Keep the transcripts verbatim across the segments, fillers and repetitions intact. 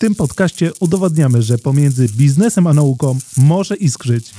tym podcaście udowadniamy, że pomiędzy biznesem a nauką może iskrzyć.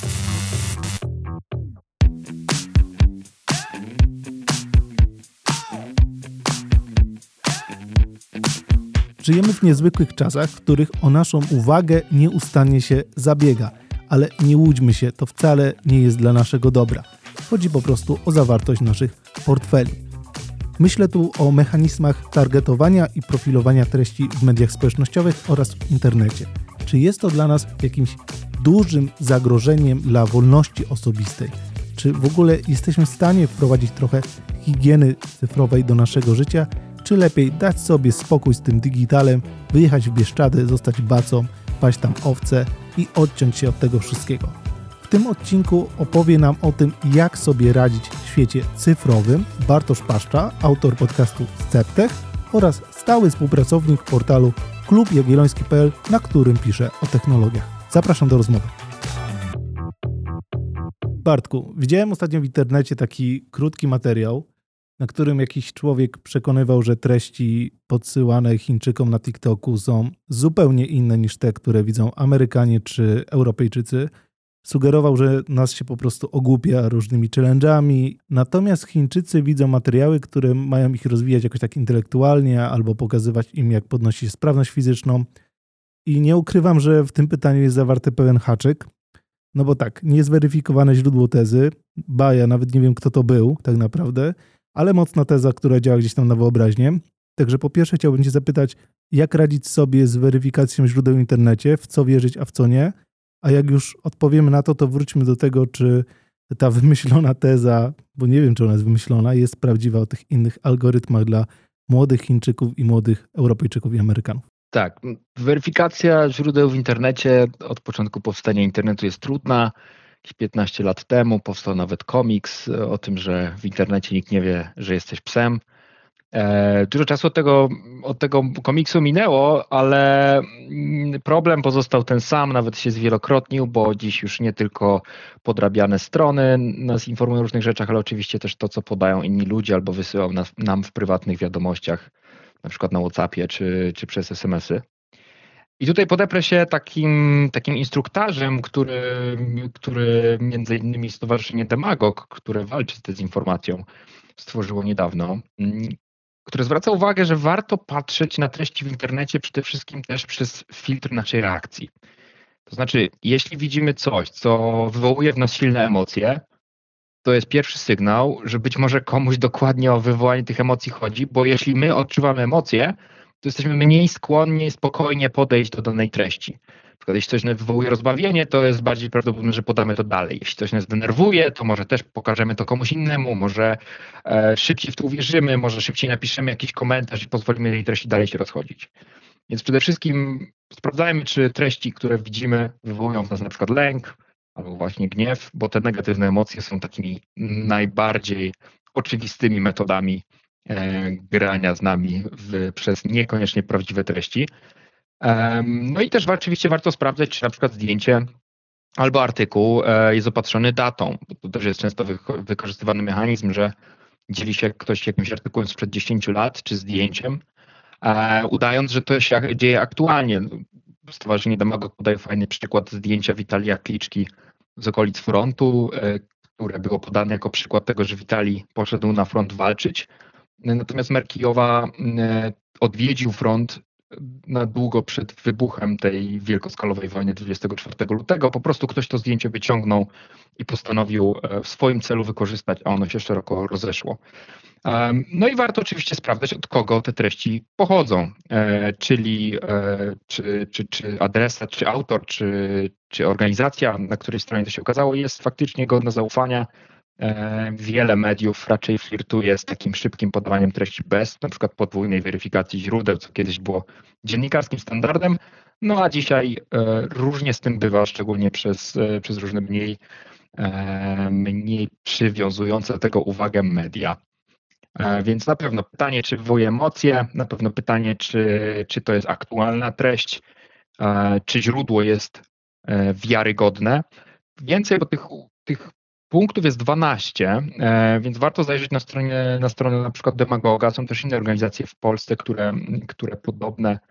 Żyjemy w niezwykłych czasach, w których o naszą uwagę nieustannie się zabiega. Ale nie łudźmy się, to wcale nie jest dla naszego dobra. Chodzi po prostu o zawartość naszych portfeli. Myślę tu o mechanizmach targetowania i profilowania treści w mediach społecznościowych oraz w internecie. Czy jest to dla nas jakimś dużym zagrożeniem dla wolności osobistej? Czy w ogóle jesteśmy w stanie wprowadzić trochę higieny cyfrowej do naszego życia? Czy lepiej dać sobie spokój z tym digitalem, wyjechać w Bieszczady, zostać bacą, paść tam owce i odciąć się od tego wszystkiego? W tym odcinku opowie nam o tym, jak sobie radzić w świecie cyfrowym Bartosz Paszcza, autor podcastu Sceptech oraz stały współpracownik portalu klub jagielloński kropka p l, na którym pisze o technologiach. Zapraszam do rozmowy. Bartku, widziałem ostatnio w internecie taki krótki materiał, na którym jakiś człowiek przekonywał, że treści podsyłane Chińczykom na TikToku są zupełnie inne niż te, które widzą Amerykanie czy Europejczycy. Sugerował, że nas się po prostu ogłupia różnymi challenge'ami, natomiast Chińczycy widzą materiały, które mają ich rozwijać jakoś tak intelektualnie albo pokazywać im, jak podnosi się sprawność fizyczną. I nie ukrywam, że w tym pytaniu jest zawarty pewien haczyk, no bo tak, niezweryfikowane źródło tezy, ba, ja nawet nie wiem, kto to był tak naprawdę, ale mocna teza, która działa gdzieś tam na wyobraźnię. Także po pierwsze chciałbym Cię zapytać, jak radzić sobie z weryfikacją źródeł w internecie, w co wierzyć, a w co nie? A jak już odpowiemy na to, to wróćmy do tego, czy ta wymyślona teza, bo nie wiem, czy ona jest wymyślona, jest prawdziwa o tych innych algorytmach dla młodych Chińczyków i młodych Europejczyków i Amerykanów. Tak, weryfikacja źródeł w internecie od początku powstania internetu jest trudna. piętnaście lat temu powstał nawet komiks o tym, że w internecie nikt nie wie, że jesteś psem. Dużo czasu od tego, od tego komiksu minęło, ale problem pozostał ten sam, nawet się zwielokrotnił, bo dziś już nie tylko podrabiane strony nas informują o różnych rzeczach, ale oczywiście też to, co podają inni ludzie albo wysyłają nas, nam w prywatnych wiadomościach, na przykład na WhatsAppie czy, czy przez es em esy. I tutaj podeprę się takim, takim instruktarzem, który, który między innymi Stowarzyszenie Demagog, które walczy z dezinformacją, stworzyło niedawno, które zwraca uwagę, że warto patrzeć na treści w internecie przede wszystkim też przez filtr naszej reakcji. To znaczy, jeśli widzimy coś, co wywołuje w nas silne emocje, to jest pierwszy sygnał, że być może komuś dokładnie o wywołanie tych emocji chodzi, bo jeśli my odczuwamy emocje, to jesteśmy mniej skłonni spokojnie podejść do danej treści. Na przykład, jeśli coś nas wywołuje rozbawienie, to jest bardziej prawdopodobne, że podamy to dalej. Jeśli coś nas denerwuje, to może też pokażemy to komuś innemu, może e, szybciej w to uwierzymy, może szybciej napiszemy jakiś komentarz i pozwolimy tej treści dalej się rozchodzić. Więc przede wszystkim sprawdzajmy, czy treści, które widzimy, wywołują w nas na przykład lęk albo właśnie gniew, bo te negatywne emocje są takimi najbardziej oczywistymi metodami grania z nami w, przez niekoniecznie prawdziwe treści. No i też oczywiście warto sprawdzać, czy na przykład zdjęcie albo artykuł jest opatrzony datą. To też jest często wykorzystywany mechanizm, że dzieli się ktoś jakimś artykułem sprzed dziesięciu lat czy zdjęciem, udając, że to się dzieje aktualnie. Stowarzyszenie Demagog podaje fajny przykład zdjęcia Witalija Kliczki z okolic frontu, które było podane jako przykład tego, że Witalij poszedł na front walczyć. Natomiast mer Kijowa odwiedził front na długo przed wybuchem tej wielkoskalowej wojny dwudziestego czwartego lutego. Po prostu ktoś to zdjęcie wyciągnął i postanowił w swoim celu wykorzystać, a ono się szeroko rozeszło. No i warto oczywiście sprawdzać, od kogo te treści pochodzą, czyli czy, czy, czy adresat, czy autor, czy, czy organizacja, na której stronie to się okazało, jest faktycznie godna zaufania. Wiele mediów raczej flirtuje z takim szybkim podawaniem treści bez na przykład podwójnej weryfikacji źródeł, co kiedyś było dziennikarskim standardem, no a dzisiaj różnie z tym bywa, szczególnie przez, przez różne mniej, mniej przywiązujące do tego uwagę media. Więc na pewno pytanie, czy wywołuje emocje, na pewno pytanie, czy, czy to jest aktualna treść, czy źródło jest wiarygodne. Więcej, bo tych, tych punktów jest dwanaście, więc warto zajrzeć na stronę, na stronę na przykład Demagoga. Są też inne organizacje w Polsce, które, które podobne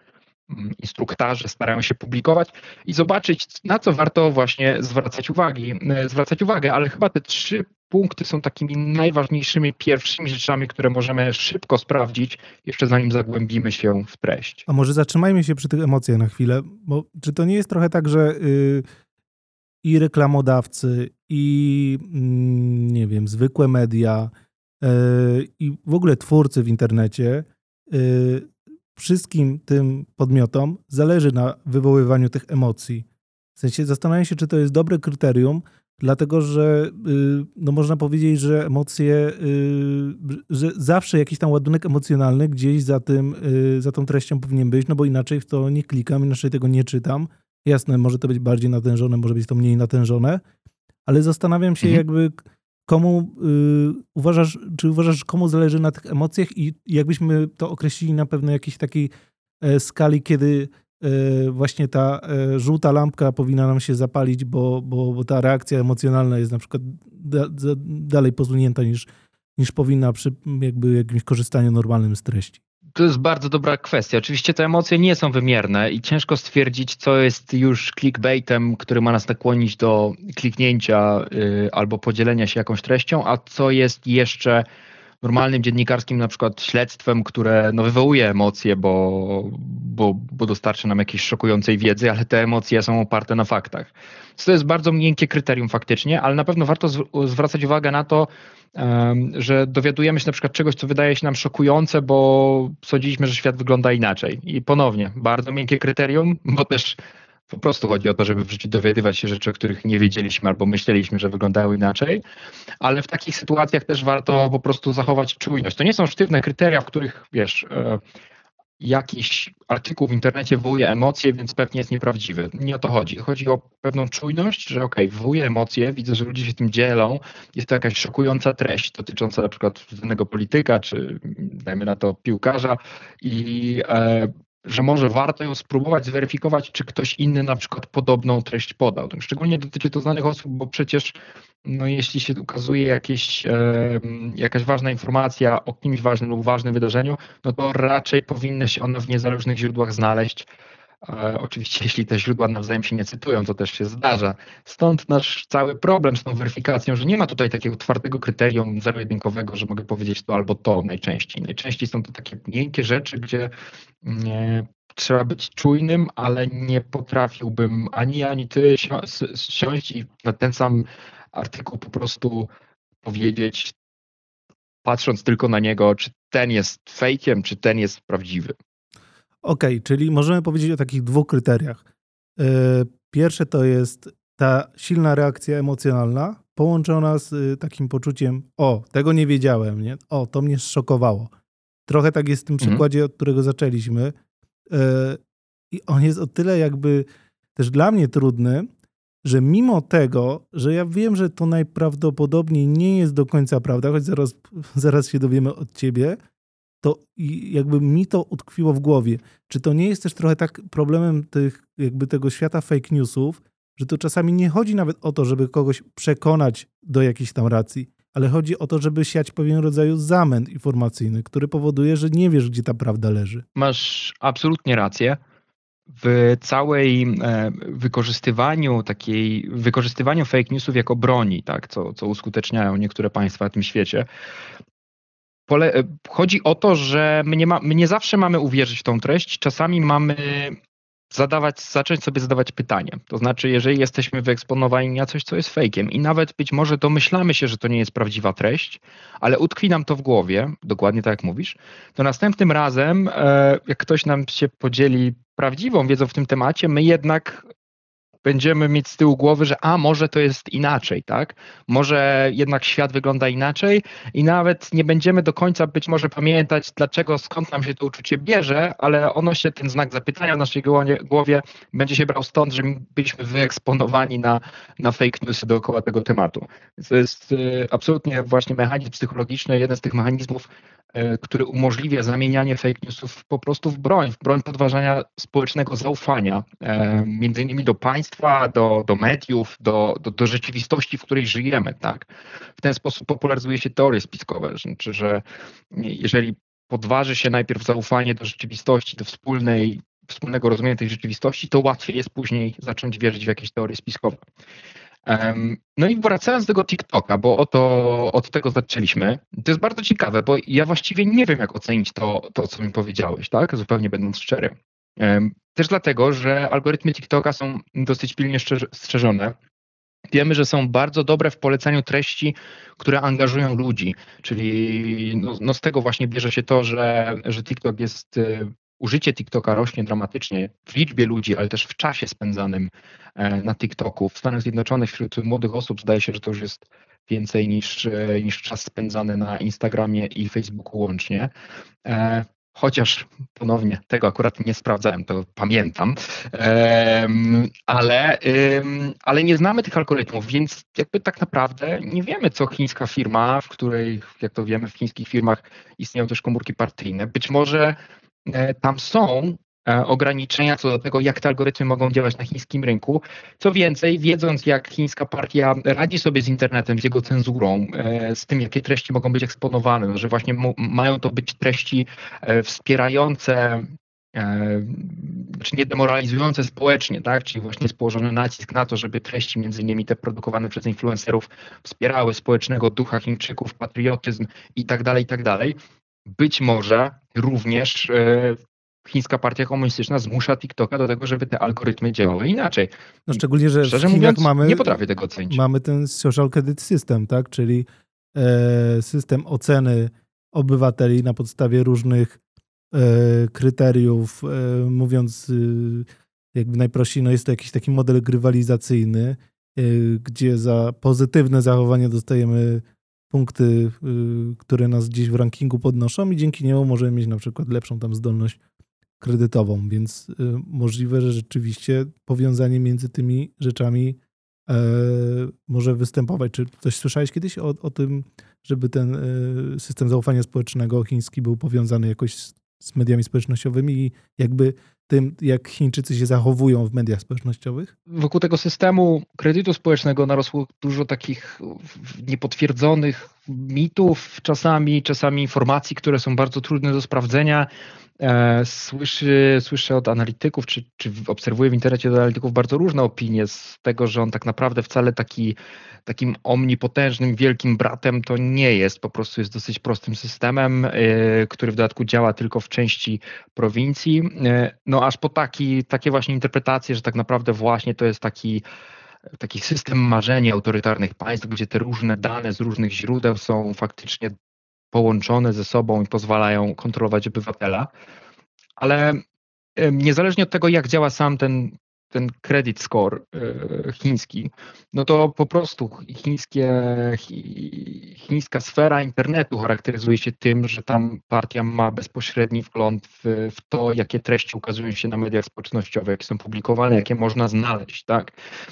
instruktarzy starają się publikować i zobaczyć, na co warto właśnie zwracać uwagi, zwracać uwagę, ale chyba te trzy punkty są takimi najważniejszymi pierwszymi rzeczami, które możemy szybko sprawdzić, jeszcze zanim zagłębimy się w treść. A może zatrzymajmy się przy tych emocjach na chwilę, bo czy to nie jest trochę tak, że yy, i reklamodawcy, i yy, nie wiem, zwykłe media, yy, i w ogóle twórcy w internecie, yy, wszystkim tym podmiotom zależy na wywoływaniu tych emocji. W sensie zastanawiam się, czy to jest dobre kryterium, dlatego że yy, no można powiedzieć, że emocje, yy, że zawsze jakiś tam ładunek emocjonalny gdzieś za tym, yy, za tą treścią powinien być, no bo inaczej w to nie klikam, inaczej tego nie czytam. Jasne, może to być bardziej natężone, może być to mniej natężone, ale zastanawiam się, mhm. jakby komu yy, uważasz, czy uważasz, komu zależy na tych emocjach i jakbyśmy to określili na pewno jakiejś takiej e, skali, kiedy e, właśnie ta e, żółta lampka powinna nam się zapalić, bo, bo, bo ta reakcja emocjonalna jest na przykład da, da, dalej posunięta niż, niż powinna przy jakby jakimś korzystaniu normalnym z treści. To jest bardzo dobra kwestia. Oczywiście te emocje nie są wymierne i ciężko stwierdzić, co jest już clickbaitem, który ma nas nakłonić do kliknięcia yy, albo podzielenia się jakąś treścią, a co jest jeszcze normalnym dziennikarskim na przykład śledztwem, które no, wywołuje emocje, bo, bo, bo dostarczy nam jakiejś szokującej wiedzy, ale te emocje są oparte na faktach. To jest bardzo miękkie kryterium faktycznie, ale na pewno warto zwracać uwagę na to, że dowiadujemy się na przykład czegoś, co wydaje się nam szokujące, bo sądziliśmy, że świat wygląda inaczej. I ponownie, bardzo miękkie kryterium, bo też po prostu chodzi o to, żeby w życiu dowiadywać się rzeczy, o których nie wiedzieliśmy albo myśleliśmy, że wyglądały inaczej, ale w takich sytuacjach też warto po prostu zachować czujność. To nie są sztywne kryteria, w których, wiesz, jakiś artykuł w internecie wywołuje emocje, więc pewnie jest nieprawdziwy. Nie o to chodzi. Chodzi o pewną czujność, że okej, okay, wywołuje emocje, widzę, że ludzie się tym dzielą, jest to jakaś szokująca treść dotycząca na przykład danego polityka, czy dajmy na to piłkarza i e, że może warto ją spróbować zweryfikować, czy ktoś inny na przykład podobną treść podał. Szczególnie dotyczy to znanych osób, bo przecież no, jeśli się ukazuje jakieś, e, jakaś ważna informacja o kimś ważnym lub ważnym wydarzeniu, no to raczej powinny się one w niezależnych źródłach znaleźć. E, oczywiście jeśli te źródła nawzajem się nie cytują, to też się zdarza. Stąd nasz cały problem z tą weryfikacją, że nie ma tutaj takiego twardego kryterium zero-jedynkowego, że mogę powiedzieć to albo to najczęściej. Najczęściej są to takie miękkie rzeczy, gdzie nie, trzeba być czujnym, ale nie potrafiłbym ani ja, ani ty siąść i na ten sam artykuł po prostu powiedzieć, patrząc tylko na niego, czy ten jest fejkiem, czy ten jest prawdziwy. Okej, okay, czyli możemy powiedzieć o takich dwóch kryteriach. Pierwsze to jest ta silna reakcja emocjonalna, połączona z takim poczuciem, o, tego nie wiedziałem, nie? O, to mnie zszokowało. Trochę tak jest w tym przykładzie, mhm. od którego zaczęliśmy. I on jest o tyle jakby też dla mnie trudny, że mimo tego, że ja wiem, że to najprawdopodobniej nie jest do końca prawda, choć zaraz, zaraz się dowiemy od ciebie, to jakby mi to utkwiło w głowie. Czy to nie jest też trochę tak problemem tych, jakby tego świata fake newsów, że to czasami nie chodzi nawet o to, żeby kogoś przekonać do jakiejś tam racji, ale chodzi o to, żeby siać pewien rodzaj zamęt informacyjny, który powoduje, że nie wiesz, gdzie ta prawda leży. Masz absolutnie rację. W całej wykorzystywaniu takiej, wykorzystywaniu fake newsów jako broni, tak, co, co uskuteczniają niektóre państwa w tym świecie, pole, chodzi o to, że my nie, ma, my nie zawsze mamy uwierzyć w tą treść, czasami mamy zadawać, zacząć sobie zadawać pytanie. To znaczy, jeżeli jesteśmy wyeksponowani na coś, co jest fejkiem i nawet być może domyślamy się, że to nie jest prawdziwa treść, ale utkwi nam to w głowie, dokładnie tak jak mówisz, to następnym razem, jak ktoś nam się podzieli prawdziwą wiedzą w tym temacie, my jednak będziemy mieć z tyłu głowy, że a może to jest inaczej, tak? Może jednak świat wygląda inaczej i nawet nie będziemy do końca być może pamiętać, dlaczego, skąd nam się to uczucie bierze, ale ono się, ten znak zapytania w naszej głowie będzie się brał stąd, że byliśmy wyeksponowani na, na fake newsy dookoła tego tematu. Więc to jest y, absolutnie właśnie mechanizm psychologiczny, jeden z tych mechanizmów, y, który umożliwia zamienianie fake newsów po prostu w broń, w broń podważania społecznego zaufania, y, między innymi do państwa, Do, do mediów, do, do, do rzeczywistości, w której żyjemy. Tak? W ten sposób popularyzuje się teorie spiskowe, znaczy, że jeżeli podważy się najpierw zaufanie do rzeczywistości, do wspólnej wspólnego rozumienia tej rzeczywistości, to łatwiej jest później zacząć wierzyć w jakieś teorie spiskowe. No i wracając do tego TikToka, bo oto od tego zaczęliśmy, to jest bardzo ciekawe, bo ja właściwie nie wiem, jak ocenić to, to co mi powiedziałeś, tak? Zupełnie będąc szczery. Też dlatego, że algorytmy TikToka są dosyć pilnie strzeżone. Wiemy, że są bardzo dobre w polecaniu treści, które angażują ludzi, czyli no, no z tego właśnie bierze się to, że, że TikTok jest, użycie TikToka rośnie dramatycznie w liczbie ludzi, ale też w czasie spędzanym na TikToku. W Stanach Zjednoczonych wśród młodych osób zdaje się, że to już jest więcej niż, niż czas spędzany na Instagramie i Facebooku łącznie. Chociaż ponownie tego akurat nie sprawdzałem, to pamiętam, ale, ale nie znamy tych algorytmów, więc jakby tak naprawdę nie wiemy, co chińska firma, w której, jak to wiemy, w chińskich firmach istnieją też komórki partyjne, być może tam są ograniczenia co do tego, jak te algorytmy mogą działać na chińskim rynku. Co więcej, wiedząc, jak chińska partia radzi sobie z internetem, z jego cenzurą, z tym, jakie treści mogą być eksponowane, no, że właśnie mają to być treści wspierające, czy nie demoralizujące społecznie, tak? Czyli właśnie jest położony nacisk na to, żeby treści, między innymi te produkowane przez influencerów, wspierały społecznego ducha Chińczyków, patriotyzm i tak dalej, i tak dalej. Być może również chińska partia komunistyczna zmusza TikToka do tego, żeby te algorytmy działały inaczej. No szczególnie, że Szczerze w Chinach mówiąc, mamy, nie potrafię tego ocenić. Mamy ten social credit system, tak? Czyli e, system oceny obywateli na podstawie różnych e, kryteriów. E, mówiąc e, jakby najprościej, no jest to jakiś taki model grywalizacyjny, e, gdzie za pozytywne zachowanie dostajemy punkty, e, które nas gdzieś w rankingu podnoszą i dzięki niemu możemy mieć na przykład lepszą tam zdolność kredytową, więc y, możliwe, że rzeczywiście powiązanie między tymi rzeczami y, może występować. Czy coś słyszałeś kiedyś o, o tym, żeby ten y, system zaufania społecznego chiński był powiązany jakoś z, z mediami społecznościowymi i jakby tym, jak Chińczycy się zachowują w mediach społecznościowych? Wokół tego systemu kredytu społecznego narosło dużo takich niepotwierdzonych mitów czasami, czasami informacji, które są bardzo trudne do sprawdzenia. Słyszy, słyszę od analityków, czy, czy obserwuję w internecie od analityków bardzo różne opinie z tego, że on tak naprawdę wcale taki, takim omnipotężnym, wielkim bratem to nie jest. Po prostu jest dosyć prostym systemem, który w dodatku działa tylko w części prowincji. No aż po taki, takie właśnie interpretacje, że tak naprawdę właśnie to jest taki taki system marzenia autorytarnych państw, gdzie te różne dane z różnych źródeł są faktycznie połączone ze sobą i pozwalają kontrolować obywatela. Ale niezależnie od tego, jak działa sam ten, ten credit score chiński, no to po prostu chińskie, chińska sfera internetu charakteryzuje się tym, że tam partia ma bezpośredni wgląd w, w to, jakie treści ukazują się na mediach społecznościowych, jakie są publikowane, jakie można znaleźć, tak?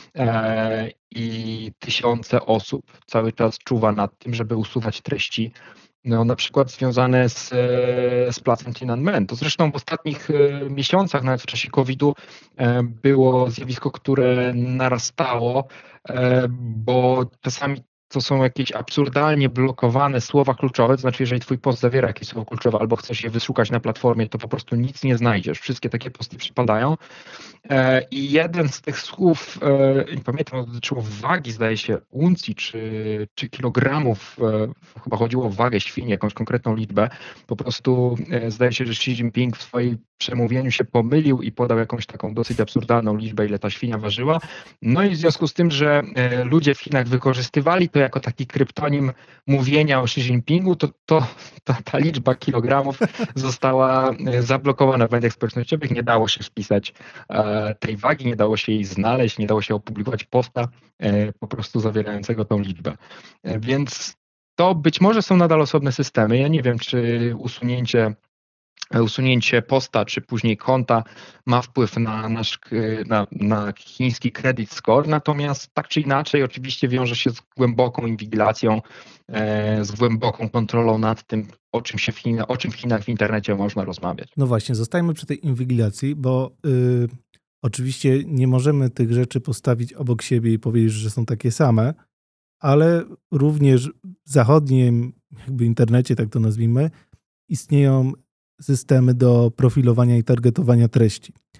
I tysiące osób cały czas czuwa nad tym, żeby usuwać treści, no, na przykład związane z, z placem Tiananmen. To zresztą w ostatnich miesiącach, nawet w czasie kowida, było zjawisko, które narastało, bo czasami to są jakieś absurdalnie blokowane słowa kluczowe, to znaczy jeżeli twój post zawiera jakieś słowo kluczowe albo chcesz je wyszukać na platformie, to po prostu nic nie znajdziesz. Wszystkie takie posty przypadają. I jeden z tych słów, nie pamiętam, dotyczyło wagi, zdaje się, uncji czy, czy kilogramów, chyba chodziło o wagę świni, jakąś konkretną liczbę. Po prostu zdaje się, że Xi Jinping w swoim przemówieniu się pomylił i podał jakąś taką dosyć absurdalną liczbę, ile ta świnia ważyła. No i w związku z tym, że ludzie w Chinach wykorzystywali to jako taki kryptonim mówienia o Xi Jinpingu, to, to ta, ta liczba kilogramów została zablokowana w mediach społecznościowych. Nie dało się wpisać tej wagi, nie dało się jej znaleźć, nie dało się opublikować posta po prostu zawierającego tą liczbę. Więc to być może są nadal osobne systemy. Ja nie wiem, czy usunięcie usunięcie posta, czy później konta ma wpływ na nasz, na, na chiński credit score, natomiast tak czy inaczej oczywiście wiąże się z głęboką inwigilacją, z głęboką kontrolą nad tym, o czym się w Chinach, o czym w Chinach w internecie można rozmawiać. No właśnie, zostajmy przy tej inwigilacji, bo yy, oczywiście nie możemy tych rzeczy postawić obok siebie i powiedzieć, że są takie same, ale również w zachodnim jakby internecie, tak to nazwijmy, istnieją systemy do profilowania i targetowania treści.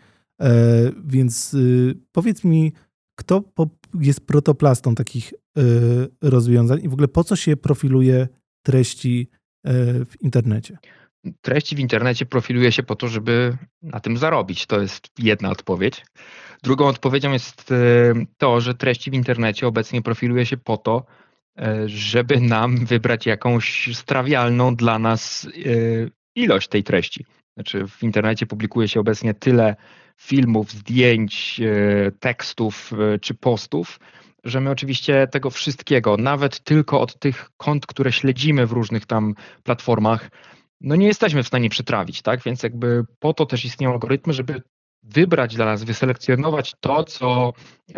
Więc powiedz mi, kto jest protoplastą takich rozwiązań i w ogóle po co się profiluje treści w internecie? Treści w internecie profiluje się po to, żeby na tym zarobić. To jest jedna odpowiedź. Drugą odpowiedzią jest to, że treści w internecie obecnie profiluje się po to, żeby nam wybrać jakąś strawialną dla nas ilość tej treści. Znaczy w internecie publikuje się obecnie tyle filmów, zdjęć, tekstów czy postów, że my oczywiście tego wszystkiego, nawet tylko od tych kont, które śledzimy w różnych tam platformach, no nie jesteśmy w stanie przetrawić, tak? Więc jakby po to też istnieją algorytmy, żeby wybrać dla nas, wyselekcjonować to, co,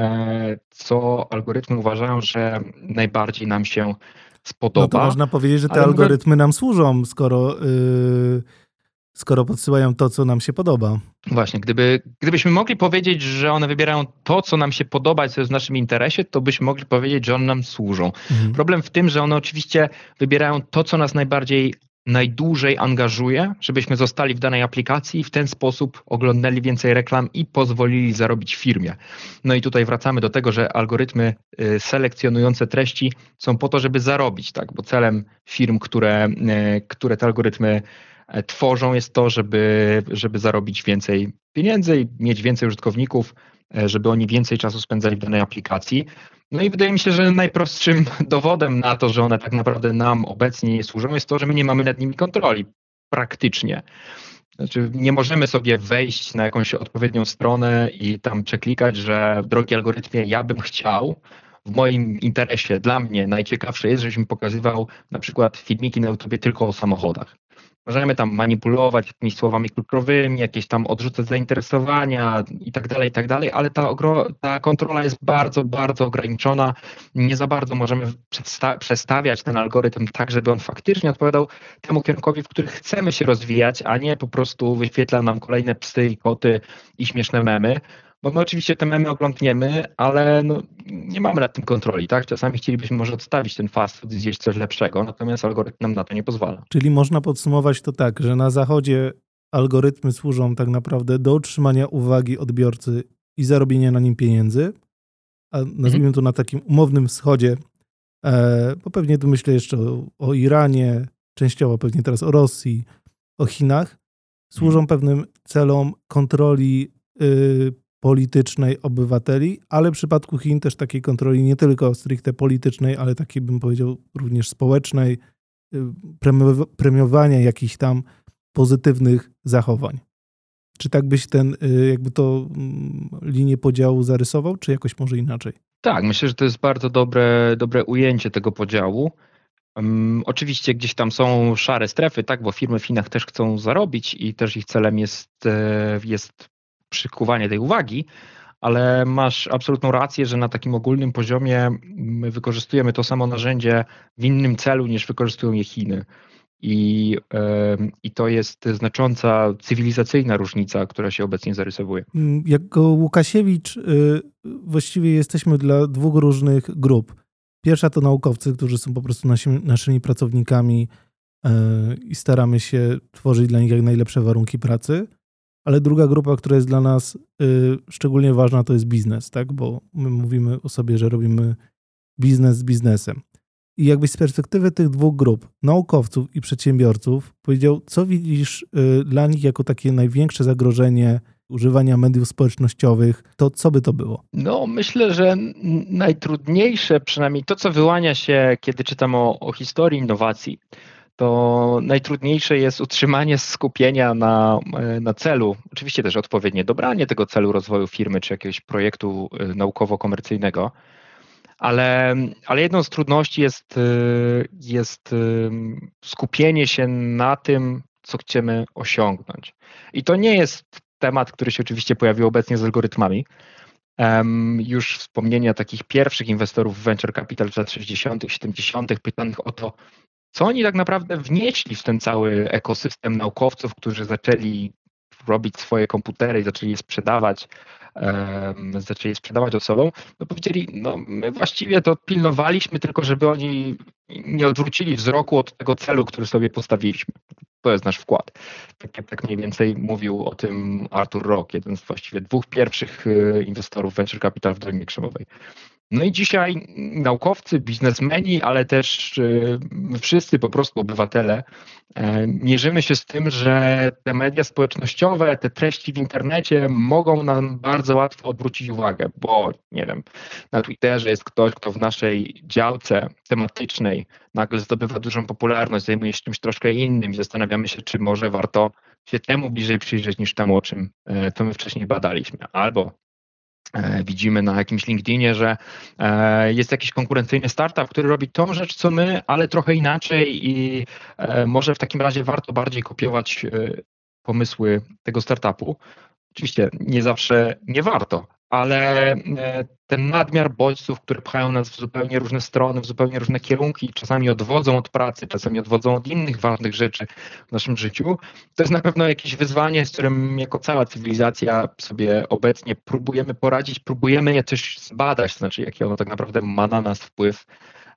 co algorytmy uważają, że najbardziej nam się spodoba. No to można powiedzieć, że te Ale algorytmy mówię... nam służą, skoro, yy, skoro podsyłają to, co nam się podoba. Właśnie, gdyby, gdybyśmy mogli powiedzieć, że one wybierają to, co nam się podoba, co jest w naszym interesie, to byśmy mogli powiedzieć, że one nam służą. Mhm. Problem w tym, że one oczywiście wybierają to, co nas najbardziej najdłużej angażuje, żebyśmy zostali w danej aplikacji i w ten sposób oglądali więcej reklam i pozwolili zarobić firmie. No i tutaj wracamy do tego, że algorytmy selekcjonujące treści są po to, żeby zarobić, tak? Bo celem firm, które, które te algorytmy tworzą, jest to, żeby, żeby zarobić więcej pieniędzy i mieć więcej użytkowników, żeby oni więcej czasu spędzali w danej aplikacji. No i wydaje mi się, że najprostszym dowodem na to, że one tak naprawdę nam obecnie nie służą, jest to, że my nie mamy nad nimi kontroli praktycznie. Znaczy nie możemy sobie wejść na jakąś odpowiednią stronę i tam przeklikać, że drogi algorytmie, ja bym chciał, w moim interesie, dla mnie najciekawsze jest, żebyś mi pokazywał na przykład filmiki na YouTubie tylko o samochodach. Możemy tam manipulować jakimiś słowami kluczowymi, jakieś tam odrzucać zainteresowania i tak dalej, i tak dalej, ale ta, ta kontrola jest bardzo, bardzo ograniczona. Nie za bardzo możemy przestawiać ten algorytm tak, żeby on faktycznie odpowiadał temu kierunkowi, w którym chcemy się rozwijać, a nie po prostu wyświetla nam kolejne psy i koty i śmieszne memy. Bo my oczywiście te memy oglądniemy, ale no, nie mamy nad tym kontroli, tak? Czasami chcielibyśmy może odstawić ten fast food i zjeść coś lepszego, natomiast algorytm nam na to nie pozwala. Czyli można podsumować to tak, że na zachodzie algorytmy służą tak naprawdę do utrzymania uwagi odbiorcy i zarobienia na nim pieniędzy, a nazwijmy mhm. to na takim umownym wschodzie, e, bo pewnie tu myślę jeszcze o, o Iranie, częściowo pewnie teraz o Rosji, o Chinach, służą mhm. pewnym celom kontroli y, politycznej obywateli, ale w przypadku Chin też takiej kontroli nie tylko stricte politycznej, ale takiej, bym powiedział, również społecznej, premiowania jakichś tam pozytywnych zachowań. Czy tak byś ten, jakby to linię podziału zarysował, czy jakoś może inaczej? Tak, myślę, że to jest bardzo dobre, dobre ujęcie tego podziału. Um, oczywiście gdzieś tam są szare strefy, tak, bo firmy w Chinach też chcą zarobić i też ich celem jest, jest przykuwanie tej uwagi, ale masz absolutną rację, że na takim ogólnym poziomie my wykorzystujemy to samo narzędzie w innym celu niż wykorzystują je Chiny. I, yy, i to jest znacząca cywilizacyjna różnica, która się obecnie zarysowuje. Jako Łukasiewicz yy, właściwie jesteśmy dla dwóch różnych grup. Pierwsza to naukowcy, którzy są po prostu nasi, naszymi pracownikami yy, i staramy się tworzyć dla nich jak najlepsze warunki pracy. Ale druga grupa, która jest dla nas y, szczególnie ważna, to jest biznes, tak? Bo my mówimy o sobie, że robimy biznes z biznesem. I jakbyś z perspektywy tych dwóch grup, naukowców i przedsiębiorców, powiedział, co widzisz y, dla nich jako takie największe zagrożenie używania mediów społecznościowych, to co by to było? No myślę, że najtrudniejsze, przynajmniej to, co wyłania się, kiedy czytam o, o historii innowacji, to najtrudniejsze jest utrzymanie skupienia na, na celu. Oczywiście też odpowiednie dobranie tego celu rozwoju firmy czy jakiegoś projektu naukowo-komercyjnego, ale, ale jedną z trudności jest, jest skupienie się na tym, co chcemy osiągnąć. I to nie jest temat, który się oczywiście pojawił obecnie z algorytmami. Um, już wspomnienia takich pierwszych inwestorów w venture capital w latach sześćdziesiątych, siedemdziesiątych pytanych o to, co oni tak naprawdę wnieśli w ten cały ekosystem naukowców, którzy zaczęli robić swoje komputery i zaczęli je sprzedawać, um, zaczęli je sprzedawać osobom, no powiedzieli, no my właściwie to pilnowaliśmy tylko, żeby oni nie odwrócili wzroku od tego celu, który sobie postawiliśmy. To jest nasz wkład. Tak, tak mniej więcej mówił o tym Arthur Rock, jeden z właściwie dwóch pierwszych inwestorów venture capital w Dolinie Krzemowej. No i dzisiaj naukowcy, biznesmeni, ale też wszyscy po prostu obywatele mierzymy się z tym, że te media społecznościowe, te treści w internecie mogą nam bardzo łatwo odwrócić uwagę, bo nie wiem, na Twitterze jest ktoś, kto w naszej działce tematycznej nagle zdobywa dużą popularność, zajmuje się czymś troszkę innym i zastanawiamy się, czy może warto się temu bliżej przyjrzeć niż temu, o czym to my wcześniej badaliśmy. Albo widzimy na jakimś LinkedInie, że jest jakiś konkurencyjny startup, który robi tą rzecz, co my, ale trochę inaczej i może w takim razie warto bardziej kopiować pomysły tego startupu. Oczywiście nie zawsze nie warto, ale ten nadmiar bodźców, które pchają nas w zupełnie różne strony, w zupełnie różne kierunki, czasami odwodzą od pracy, czasami odwodzą od innych ważnych rzeczy w naszym życiu, to jest na pewno jakieś wyzwanie, z którym jako cała cywilizacja sobie obecnie próbujemy poradzić, próbujemy je też zbadać, to znaczy jaki ono tak naprawdę ma na nas wpływ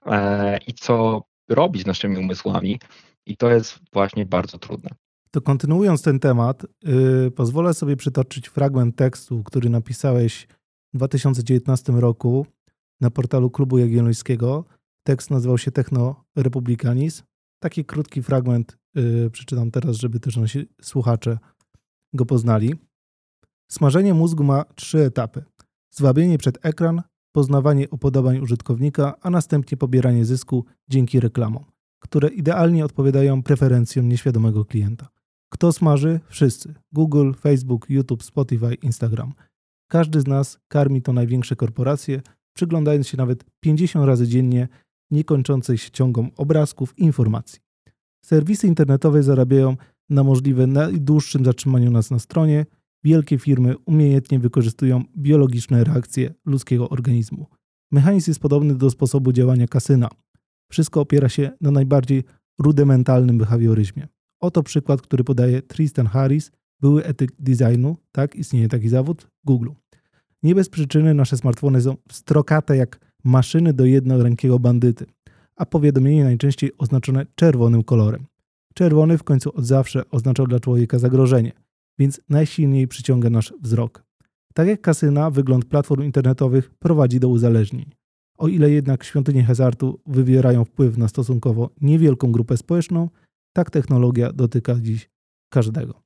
e, i co robi z naszymi umysłami i to jest właśnie bardzo trudne. To kontynuując ten temat, yy, pozwolę sobie przytoczyć fragment tekstu, który napisałeś w dwa tysiące dziewiętnastym roku na portalu Klubu Jagiellońskiego. Tekst nazywał się Techno-Republikanizm. Taki krótki fragment yy, przeczytam teraz, żeby też nasi słuchacze go poznali. Smażenie mózgu ma trzy etapy. Zwabienie przed ekran, poznawanie upodobań użytkownika, a następnie pobieranie zysku dzięki reklamom, które idealnie odpowiadają preferencjom nieświadomego klienta. Kto smaży? Wszyscy. Google, Facebook, YouTube, Spotify, Instagram. Każdy z nas karmi to największe korporacje, przyglądając się nawet pięćdziesiąt razy dziennie niekończącej się ciągom obrazków i informacji. Serwisy internetowe zarabiają na możliwe najdłuższym zatrzymaniu nas na stronie. Wielkie firmy umiejętnie wykorzystują biologiczne reakcje ludzkiego organizmu. Mechanizm jest podobny do sposobu działania kasyna. Wszystko opiera się na najbardziej rudymentalnym behawioryzmie. Oto przykład, który podaje Tristan Harris, były etyk designu, tak, istnieje taki zawód, w Google. Nie bez przyczyny nasze smartfony są pstrokate jak maszyny do jednorękiego bandyty, a powiadomienie najczęściej oznaczone czerwonym kolorem. Czerwony w końcu od zawsze oznaczał dla człowieka zagrożenie, więc najsilniej przyciąga nasz wzrok. Tak jak kasyna, wygląd platform internetowych prowadzi do uzależnień. O ile jednak świątynie hazardu wywierają wpływ na stosunkowo niewielką grupę społeczną, tak technologia dotyka dziś każdego.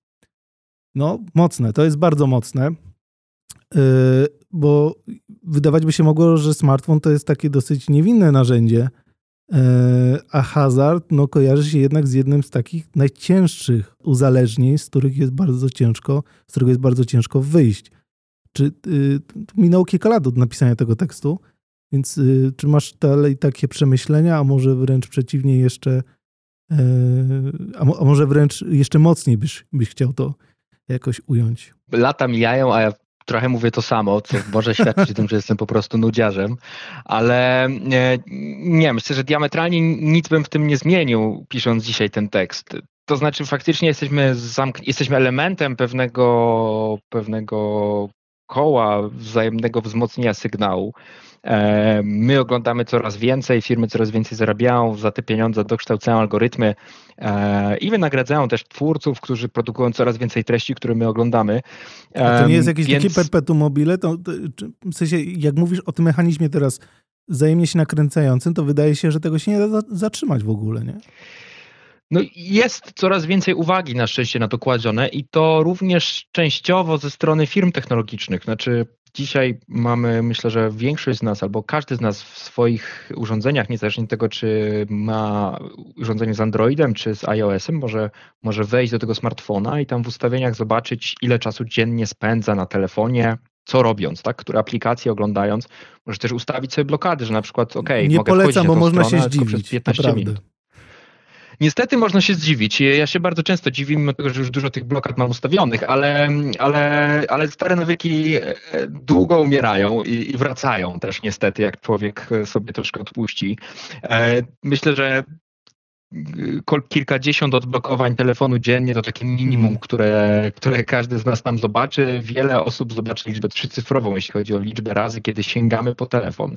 No, mocne, to jest bardzo mocne, yy, bo wydawać by się mogło, że smartfon to jest takie dosyć niewinne narzędzie, yy, a hazard no, kojarzy się jednak z jednym z takich najcięższych uzależnień, z których jest bardzo ciężko, z którego jest bardzo ciężko wyjść. Czy yy, minęło kilka lat od napisania tego tekstu, więc yy, czy masz dalej takie przemyślenia, a może wręcz przeciwnie jeszcze, yy, a, mo, a może wręcz jeszcze mocniej byś, byś chciał to jakoś ująć? Lata mijają, a ja trochę mówię to samo, co może świadczyć o tym, że jestem po prostu nudziarzem, ale nie, nie myślę, że diametralnie nic bym w tym nie zmienił, pisząc dzisiaj ten tekst. To znaczy faktycznie jesteśmy, zamk- jesteśmy elementem pewnego, pewnego koła wzajemnego wzmocnienia sygnału. My oglądamy coraz więcej, firmy coraz więcej zarabiają, za te pieniądze dokształcają algorytmy i wynagradzają też twórców, którzy produkują coraz więcej treści, które my oglądamy. A to nie jest jakieś Więc... takie perpetuum mobile? To, to, w sensie, jak mówisz o tym mechanizmie teraz wzajemnie się nakręcającym, to wydaje się, że tego się nie da zatrzymać w ogóle, nie? No jest coraz więcej uwagi na szczęście na to kładzione i to również częściowo ze strony firm technologicznych. Znaczy dzisiaj mamy, myślę, że większość z nas albo każdy z nas w swoich urządzeniach, niezależnie od tego, czy ma urządzenie z Androidem, czy z iOS-em, może, może wejść do tego smartfona i tam w ustawieniach zobaczyć, ile czasu dziennie spędza na telefonie, co robiąc, tak? Które aplikacje oglądając. Może też ustawić sobie blokady, że na przykład ok, nie mogę polecam, wchodzić bo na tą można stronę, się zdziwić, przez piętnaście naprawdę. minut. Niestety można się zdziwić. Ja się bardzo często dziwię, mimo tego, że już dużo tych blokad mam ustawionych, ale, ale, ale stare nawyki długo umierają i, i wracają też niestety, jak człowiek sobie troszkę odpuści. Myślę, że kilkadziesiąt odblokowań telefonu dziennie to takie minimum, mm. które, które każdy z nas tam zobaczy. Wiele osób zobaczy liczbę trzycyfrową, jeśli chodzi o liczbę razy, kiedy sięgamy po telefon.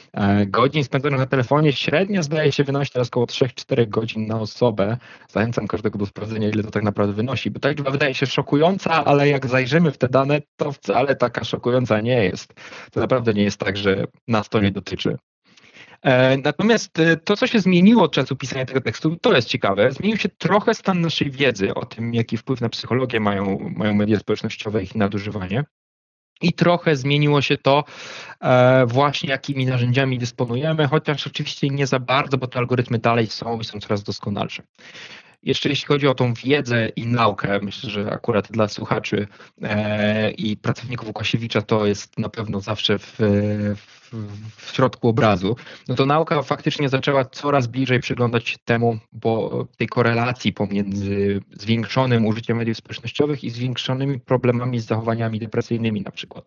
Godzin spędzonych na telefonie średnio zdaje się wynosi teraz około trzy cztery godzin na osobę. Zachęcam każdego do sprawdzenia, ile to tak naprawdę wynosi, bo ta liczba wydaje się szokująca, ale jak zajrzymy w te dane, to wcale taka szokująca nie jest. To naprawdę nie jest tak, że nas to nie dotyczy. Natomiast to, co się zmieniło od czasu pisania tego tekstu, to jest ciekawe. Zmienił się trochę stan naszej wiedzy o tym, jaki wpływ na psychologię mają, mają media społecznościowe i ich nadużywanie. I trochę zmieniło się to właśnie, jakimi narzędziami dysponujemy, chociaż oczywiście nie za bardzo, bo te algorytmy dalej są i są coraz doskonalsze. Jeszcze jeśli chodzi o tą wiedzę i naukę, myślę, że akurat dla słuchaczy e, i pracowników Łukasiewicza to jest na pewno zawsze w, w, w środku obrazu, no to nauka faktycznie zaczęła coraz bliżej przyglądać się temu, bo tej korelacji pomiędzy zwiększonym użyciem mediów społecznościowych i zwiększonymi problemami z zachowaniami depresyjnymi na przykład.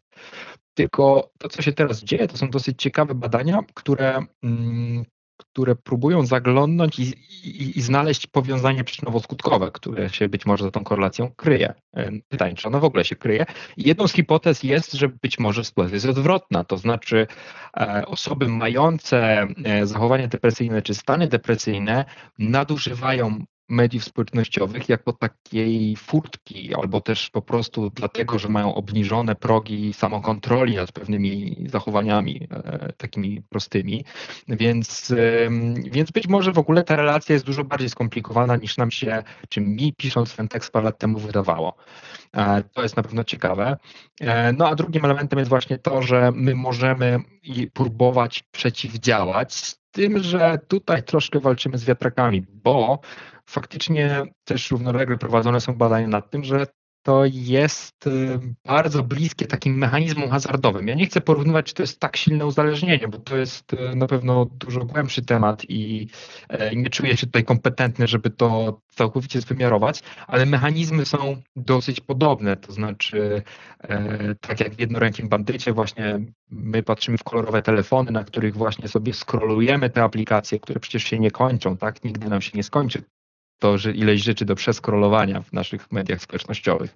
Tylko to, co się teraz dzieje, to są dosyć ciekawe badania, które... Mm, które próbują zaglądnąć i, i, i znaleźć powiązanie przyczynowo-skutkowe, które się być może za tą korelacją kryje. Pytanie, czy ono w ogóle się kryje? I jedną z hipotez jest, że być może sytuacja jest odwrotna, to znaczy e, osoby mające e, zachowania depresyjne czy stany depresyjne nadużywają mediów społecznościowych jako takiej furtki, albo też po prostu dlatego, że mają obniżone progi samokontroli nad pewnymi zachowaniami e, takimi prostymi, więc, e, więc być może w ogóle ta relacja jest dużo bardziej skomplikowana niż nam się, czy mi pisząc ten tekst parę lat temu wydawało. E, to jest na pewno ciekawe. E, no a drugim elementem jest właśnie to, że my możemy próbować przeciwdziałać, z tym, że tutaj troszkę walczymy z wiatrakami, bo faktycznie też równolegle prowadzone są badania nad tym, że to jest bardzo bliskie takim mechanizmom hazardowym. Ja nie chcę porównywać, czy to jest tak silne uzależnienie, bo to jest na pewno dużo głębszy temat i nie czuję się tutaj kompetentny, żeby to całkowicie wymiarować, ale mechanizmy są dosyć podobne, to znaczy tak jak w jednorękim bandycie właśnie my patrzymy w kolorowe telefony, na których właśnie sobie scrollujemy te aplikacje, które przecież się nie kończą, tak? Nigdy nam się nie skończy to, że ileś rzeczy do przeskrolowania w naszych mediach społecznościowych.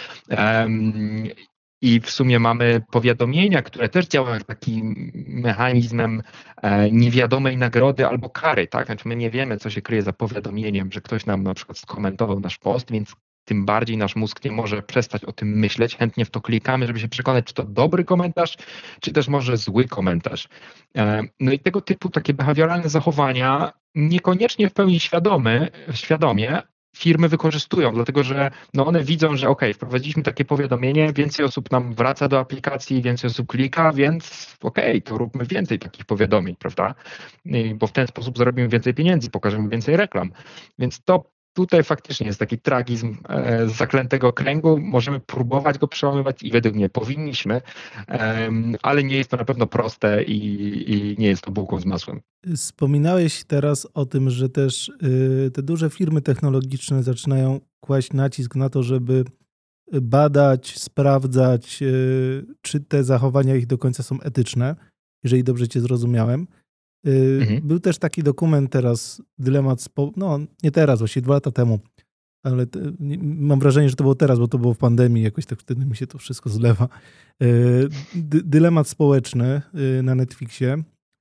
Um, I w sumie mamy powiadomienia, które też działają takim mechanizmem e, niewiadomej nagrody albo kary. Tak? Znaczy my nie wiemy, co się kryje za powiadomieniem, że ktoś nam na przykład skomentował nasz post, więc tym bardziej nasz mózg nie może przestać o tym myśleć. Chętnie w to klikamy, żeby się przekonać, czy to dobry komentarz, czy też może zły komentarz. E, no i tego typu takie behawioralne zachowania niekoniecznie w pełni świadomy, świadomie firmy wykorzystują, dlatego że no one widzą, że ok, wprowadziliśmy takie powiadomienie, więcej osób nam wraca do aplikacji, więcej osób klika, więc ok, to róbmy więcej takich powiadomień, prawda? I, bo w ten sposób zarobimy więcej pieniędzy, pokażemy więcej reklam. Więc to tutaj faktycznie jest taki tragizm e, zaklętego kręgu. Możemy próbować go przełamywać i według mnie powinniśmy, e, ale nie jest to na pewno proste i, i nie jest to bułką z masłem. Wspominałeś teraz o tym, że też y, te duże firmy technologiczne zaczynają kłaść nacisk na to, żeby badać, sprawdzać, y, czy te zachowania ich do końca są etyczne, jeżeli dobrze cię zrozumiałem. Mhm. Był też taki dokument teraz, dylemat, spo... no nie teraz, właściwie dwa lata temu, ale te, nie, mam wrażenie, że to było teraz, bo to było w pandemii, jakoś tak wtedy mi się to wszystko zlewa. Dy, dylemat społeczny na Netflixie,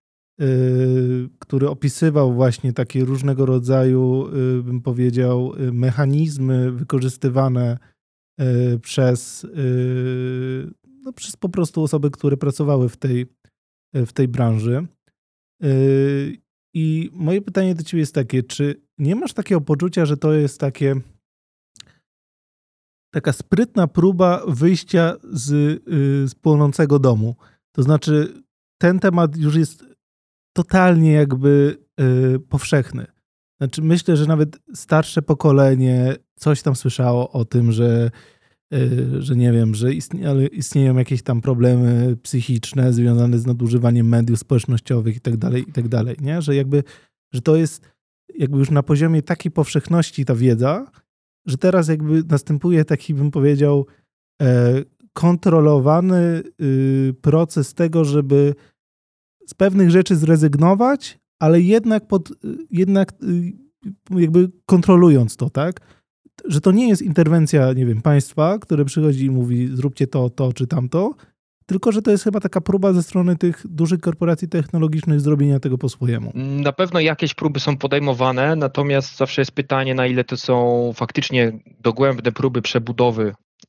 który opisywał właśnie takie różnego rodzaju, bym powiedział, mechanizmy wykorzystywane przez, no, przez po prostu osoby, które pracowały w tej, w tej branży. I moje pytanie do ciebie jest takie, czy nie masz takiego poczucia, że to jest takie taka sprytna próba wyjścia z, z płonącego domu? To znaczy ten temat już jest totalnie jakby powszechny. Znaczy myślę, że nawet starsze pokolenie coś tam słyszało o tym, że że nie wiem, że istnie, istnieją jakieś tam problemy psychiczne związane z nadużywaniem mediów społecznościowych i tak dalej, i tak dalej, nie? Że jakby, że to jest jakby już na poziomie takiej powszechności ta wiedza, że teraz jakby następuje taki, bym powiedział, kontrolowany proces tego, żeby z pewnych rzeczy zrezygnować, ale jednak, pod, jednak jakby kontrolując to, tak? Że to nie jest interwencja, nie wiem, państwa, które przychodzi i mówi zróbcie to, to czy tamto, tylko że to jest chyba taka próba ze strony tych dużych korporacji technologicznych zrobienia tego po swojemu. Na pewno jakieś próby są podejmowane, natomiast zawsze jest pytanie, na ile to są faktycznie dogłębne próby przebudowy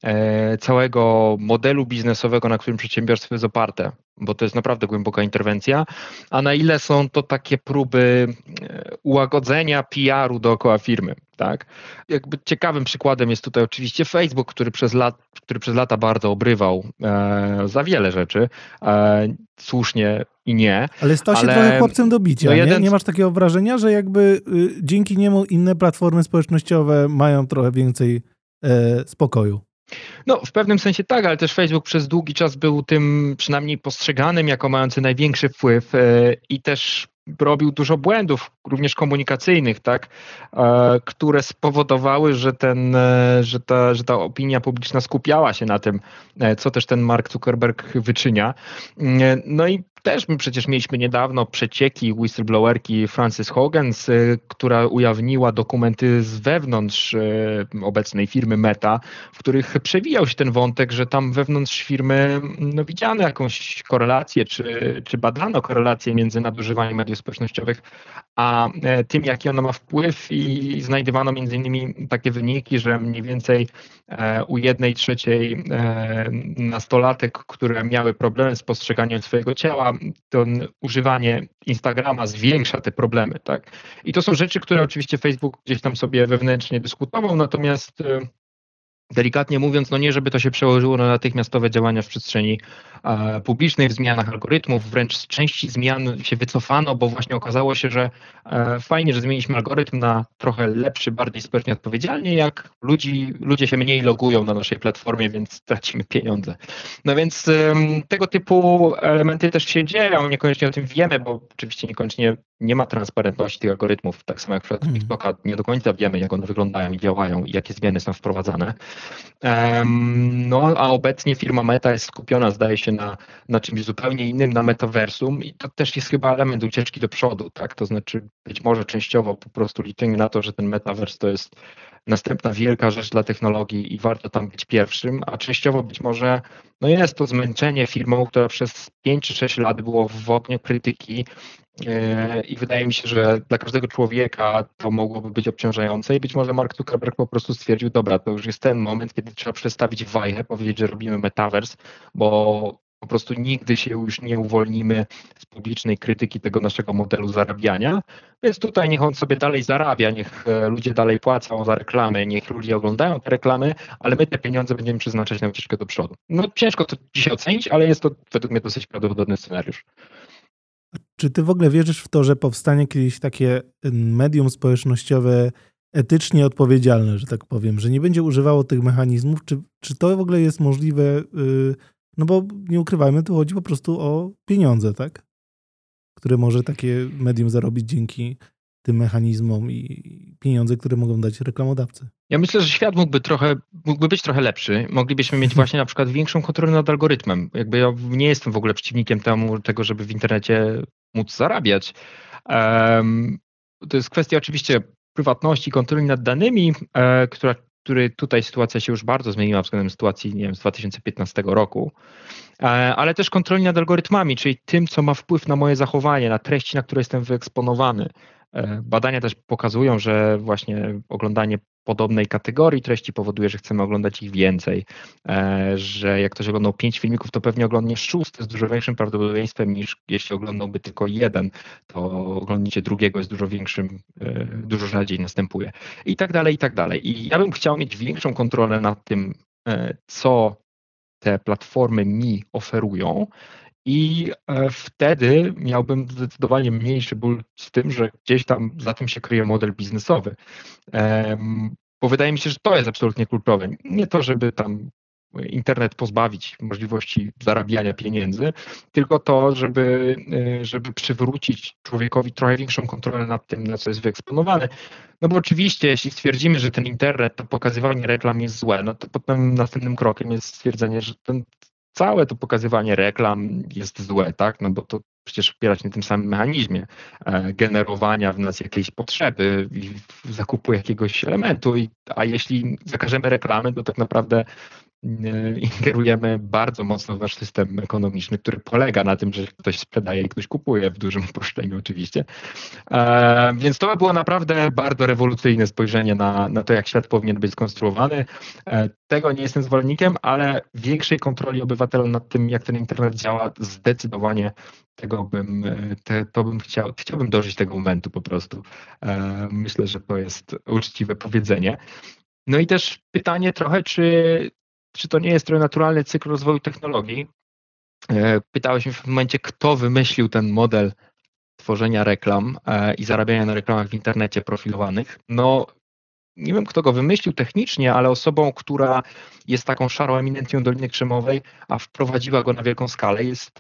całego modelu biznesowego, na którym przedsiębiorstwo jest oparte, bo to jest naprawdę głęboka interwencja, a na ile są to takie próby ułagodzenia P R u dookoła firmy. Tak? Jakby ciekawym przykładem jest tutaj oczywiście Facebook, który przez, lat, który przez lata bardzo obrywał e, za wiele rzeczy, e, słusznie i nie. Ale stał się ale... trochę chłopcem do bicia, no jeden... nie? Nie masz takiego wrażenia, że jakby y, dzięki niemu inne platformy społecznościowe mają trochę więcej e, spokoju? No, w pewnym sensie tak, ale też Facebook przez długi czas był tym przynajmniej postrzeganym jako mający największy wpływ i też robił dużo błędów, również komunikacyjnych, tak, które spowodowały, że, ten, że, ta, że ta opinia publiczna skupiała się na tym, co też ten Mark Zuckerberg wyczynia. No i też my przecież mieliśmy niedawno przecieki whistleblowerki Frances Haugens, która ujawniła dokumenty z wewnątrz obecnej firmy Meta, w których przewijał się ten wątek, że tam wewnątrz firmy no, widziano jakąś korelację, czy, czy badano korelację między nadużywaniem mediów społecznościowych, a tym, jaki ono ma wpływ i znajdowano między innymi takie wyniki, że mniej więcej u jednej trzeciej nastolatek, które miały problemy z postrzeganiem swojego ciała, to używanie Instagrama zwiększa te problemy, tak? I to są rzeczy, które oczywiście Facebook gdzieś tam sobie wewnętrznie dyskutował, natomiast delikatnie mówiąc, no nie żeby to się przełożyło na natychmiastowe działania w przestrzeni e, publicznej, w zmianach algorytmów, wręcz z części zmian się wycofano, bo właśnie okazało się, że e, fajnie, że zmieniliśmy algorytm na trochę lepszy, bardziej społecznie odpowiedzialnie, jak ludzi, ludzie się mniej logują na naszej platformie, więc tracimy pieniądze. No więc e, tego typu elementy też się dzieją, niekoniecznie o tym wiemy, bo oczywiście niekoniecznie nie ma transparentności tych algorytmów, tak samo jak w przypadku TikToka, nie do końca wiemy, jak one wyglądają i działają i jakie zmiany są wprowadzane. No a obecnie firma Meta jest skupiona, zdaje się, na, na czymś zupełnie innym, na metaversum i to też jest chyba element ucieczki do przodu, tak? To znaczy być może częściowo po prostu liczenie na to, że ten metavers to jest następna wielka rzecz dla technologii i warto tam być pierwszym, a częściowo być może no jest to zmęczenie firmą, która przez pięć czy sześć lat było w ogniu krytyki i wydaje mi się, że dla każdego człowieka to mogłoby być obciążające i być może Mark Zuckerberg po prostu stwierdził, dobra, to już jest ten moment, kiedy trzeba przestawić wajchę, powiedzieć, że robimy metavers, bo po prostu nigdy się już nie uwolnimy z publicznej krytyki tego naszego modelu zarabiania, więc tutaj niech on sobie dalej zarabia, niech ludzie dalej płacą za reklamy, niech ludzie oglądają te reklamy, ale my te pieniądze będziemy przeznaczać na ucieczkę do przodu. No ciężko to dzisiaj ocenić, ale jest to według mnie dosyć prawdopodobny scenariusz. Czy ty w ogóle wierzysz w to, że powstanie kiedyś takie medium społecznościowe etycznie odpowiedzialne, że tak powiem, że nie będzie używało tych mechanizmów? Czy, czy to w ogóle jest możliwe? No bo nie ukrywajmy, tu chodzi po prostu o pieniądze, tak? Które może takie medium zarobić dzięki tym mechanizmom i pieniądze, które mogą dać reklamodawcy. Ja myślę, że świat mógłby trochę, mógłby być trochę lepszy. Moglibyśmy mieć właśnie na przykład większą kontrolę nad algorytmem. Jakby ja nie jestem w ogóle przeciwnikiem temu, tego, żeby w internecie móc zarabiać. Um, to jest kwestia oczywiście prywatności, kontroli nad danymi, e, która, który tutaj sytuacja się już bardzo zmieniła względem sytuacji, nie wiem, z dwa tysiące piętnastego roku. E, ale też kontroli nad algorytmami, czyli tym, co ma wpływ na moje zachowanie, na treści, na które jestem wyeksponowany. Badania też pokazują, że właśnie oglądanie podobnej kategorii treści powoduje, że chcemy oglądać ich więcej, że jak ktoś oglądał pięć filmików, to pewnie oglądnie szósty z dużo większym prawdopodobieństwem niż jeśli oglądałby tylko jeden, to oglądnięcie drugiego jest dużo większym, dużo rzadziej następuje i tak dalej, i tak dalej. I ja bym chciał mieć większą kontrolę nad tym, co te platformy mi oferują, i wtedy miałbym zdecydowanie mniejszy ból z tym, że gdzieś tam za tym się kryje model biznesowy. Bo wydaje mi się, że to jest absolutnie kluczowe. Nie to, żeby tam internet pozbawić możliwości zarabiania pieniędzy, tylko to, żeby, żeby przywrócić człowiekowi trochę większą kontrolę nad tym, na co jest wyeksponowany. No bo oczywiście, jeśli stwierdzimy, że ten internet, to pokazywanie reklam jest złe, no to potem następnym krokiem jest stwierdzenie, że ten całe to pokazywanie reklam jest złe, tak? No bo to przecież opierać na tym samym mechanizmie e, generowania w nas jakiejś potrzeby i zakupu jakiegoś elementu, i, a jeśli zakażemy reklamy, to tak naprawdę ingerujemy bardzo mocno w nasz system ekonomiczny, który polega na tym, że ktoś sprzedaje i ktoś kupuje, w dużym uproszczeniu oczywiście. E, więc to było naprawdę bardzo rewolucyjne spojrzenie na, na to, jak świat powinien być skonstruowany. E, tego nie jestem zwolennikiem, ale większej kontroli obywatela nad tym, jak ten internet działa, zdecydowanie tego bym, te, to bym chciał, chciałbym dożyć tego momentu po prostu. E, myślę, że to jest uczciwe powiedzenie. No i też pytanie trochę, czy Czy to nie jest trochę naturalny cykl rozwoju technologii? Pytałeś mnie w momencie, kto wymyślił ten model tworzenia reklam i zarabiania na reklamach w internecie profilowanych. No, nie wiem, kto go wymyślił technicznie, ale osobą, która jest taką szarą eminencją Doliny Krzemowej, a wprowadziła go na wielką skalę, jest,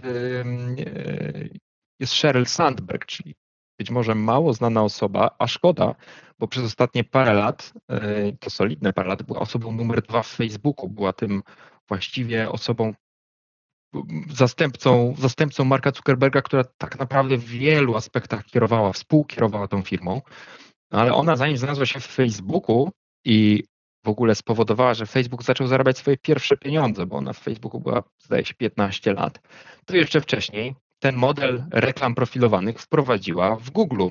jest Sheryl Sandberg, czyli być może mało znana osoba, a szkoda, bo przez ostatnie parę lat, to solidne parę lat, była osobą numer dwa w Facebooku, była tym właściwie osobą, zastępcą, zastępcą Marka Zuckerberga, która tak naprawdę w wielu aspektach kierowała, współkierowała tą firmą, ale ona zanim znalazła się w Facebooku i w ogóle spowodowała, że Facebook zaczął zarabiać swoje pierwsze pieniądze, bo ona w Facebooku była, zdaje się, piętnaście lat, to jeszcze wcześniej ten model reklam profilowanych wprowadziła w Google